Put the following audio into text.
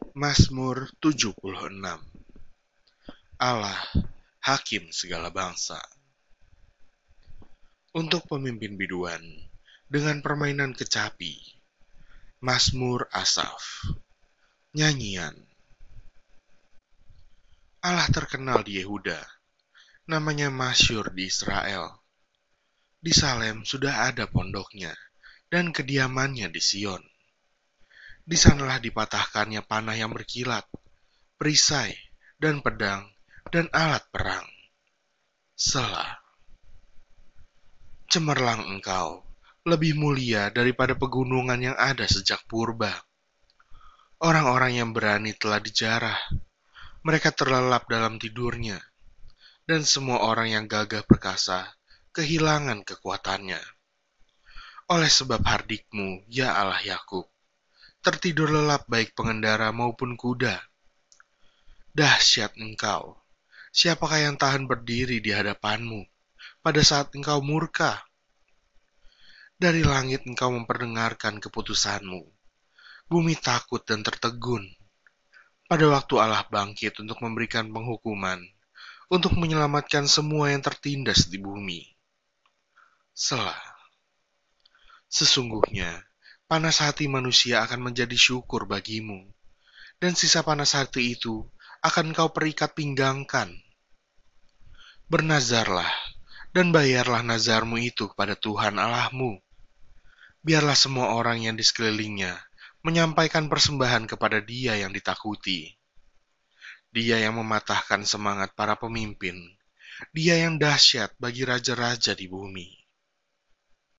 Mazmur 76. Allah, Hakim segala bangsa. Untuk pemimpin biduan, dengan permainan kecapi. Mazmur Asaf. Nyanyian. Allah terkenal di Yehuda, namanya masyhur di Israel. Di Salem sudah ada pondoknya, dan kediamannya di Sion. Di sanalah dipatahkannya panah yang berkilat, perisai, dan pedang, dan alat perang. Selah. Cemerlang engkau, lebih mulia daripada pegunungan yang ada sejak purba. Orang-orang yang berani telah dijarah, mereka terlelap dalam tidurnya, dan semua orang yang gagah perkasa kehilangan kekuatannya. Oleh sebab hardikmu, ya Allah Yakub, tertidur lelap baik pengendara maupun kuda. Dahsyat engkau, siapakah yang tahan berdiri di hadapanmu pada saat engkau murka? Dari langit engkau memperdengarkan keputusanmu. Bumi takut dan tertegun. Pada waktu Allah bangkit untuk memberikan penghukuman, untuk menyelamatkan semua yang tertindas di bumi. Selah. Sesungguhnya, panas hati manusia akan menjadi syukur bagimu, dan sisa panas hati itu akan kau perikat pinggangkan. Bernazarlah, dan bayarlah nazarmu itu kepada Tuhan Allahmu. Biarlah semua orang yang di sekelilingnya menyampaikan persembahan kepada Dia yang ditakuti. Dia yang mematahkan semangat para pemimpin. Dia yang dahsyat bagi raja-raja di bumi.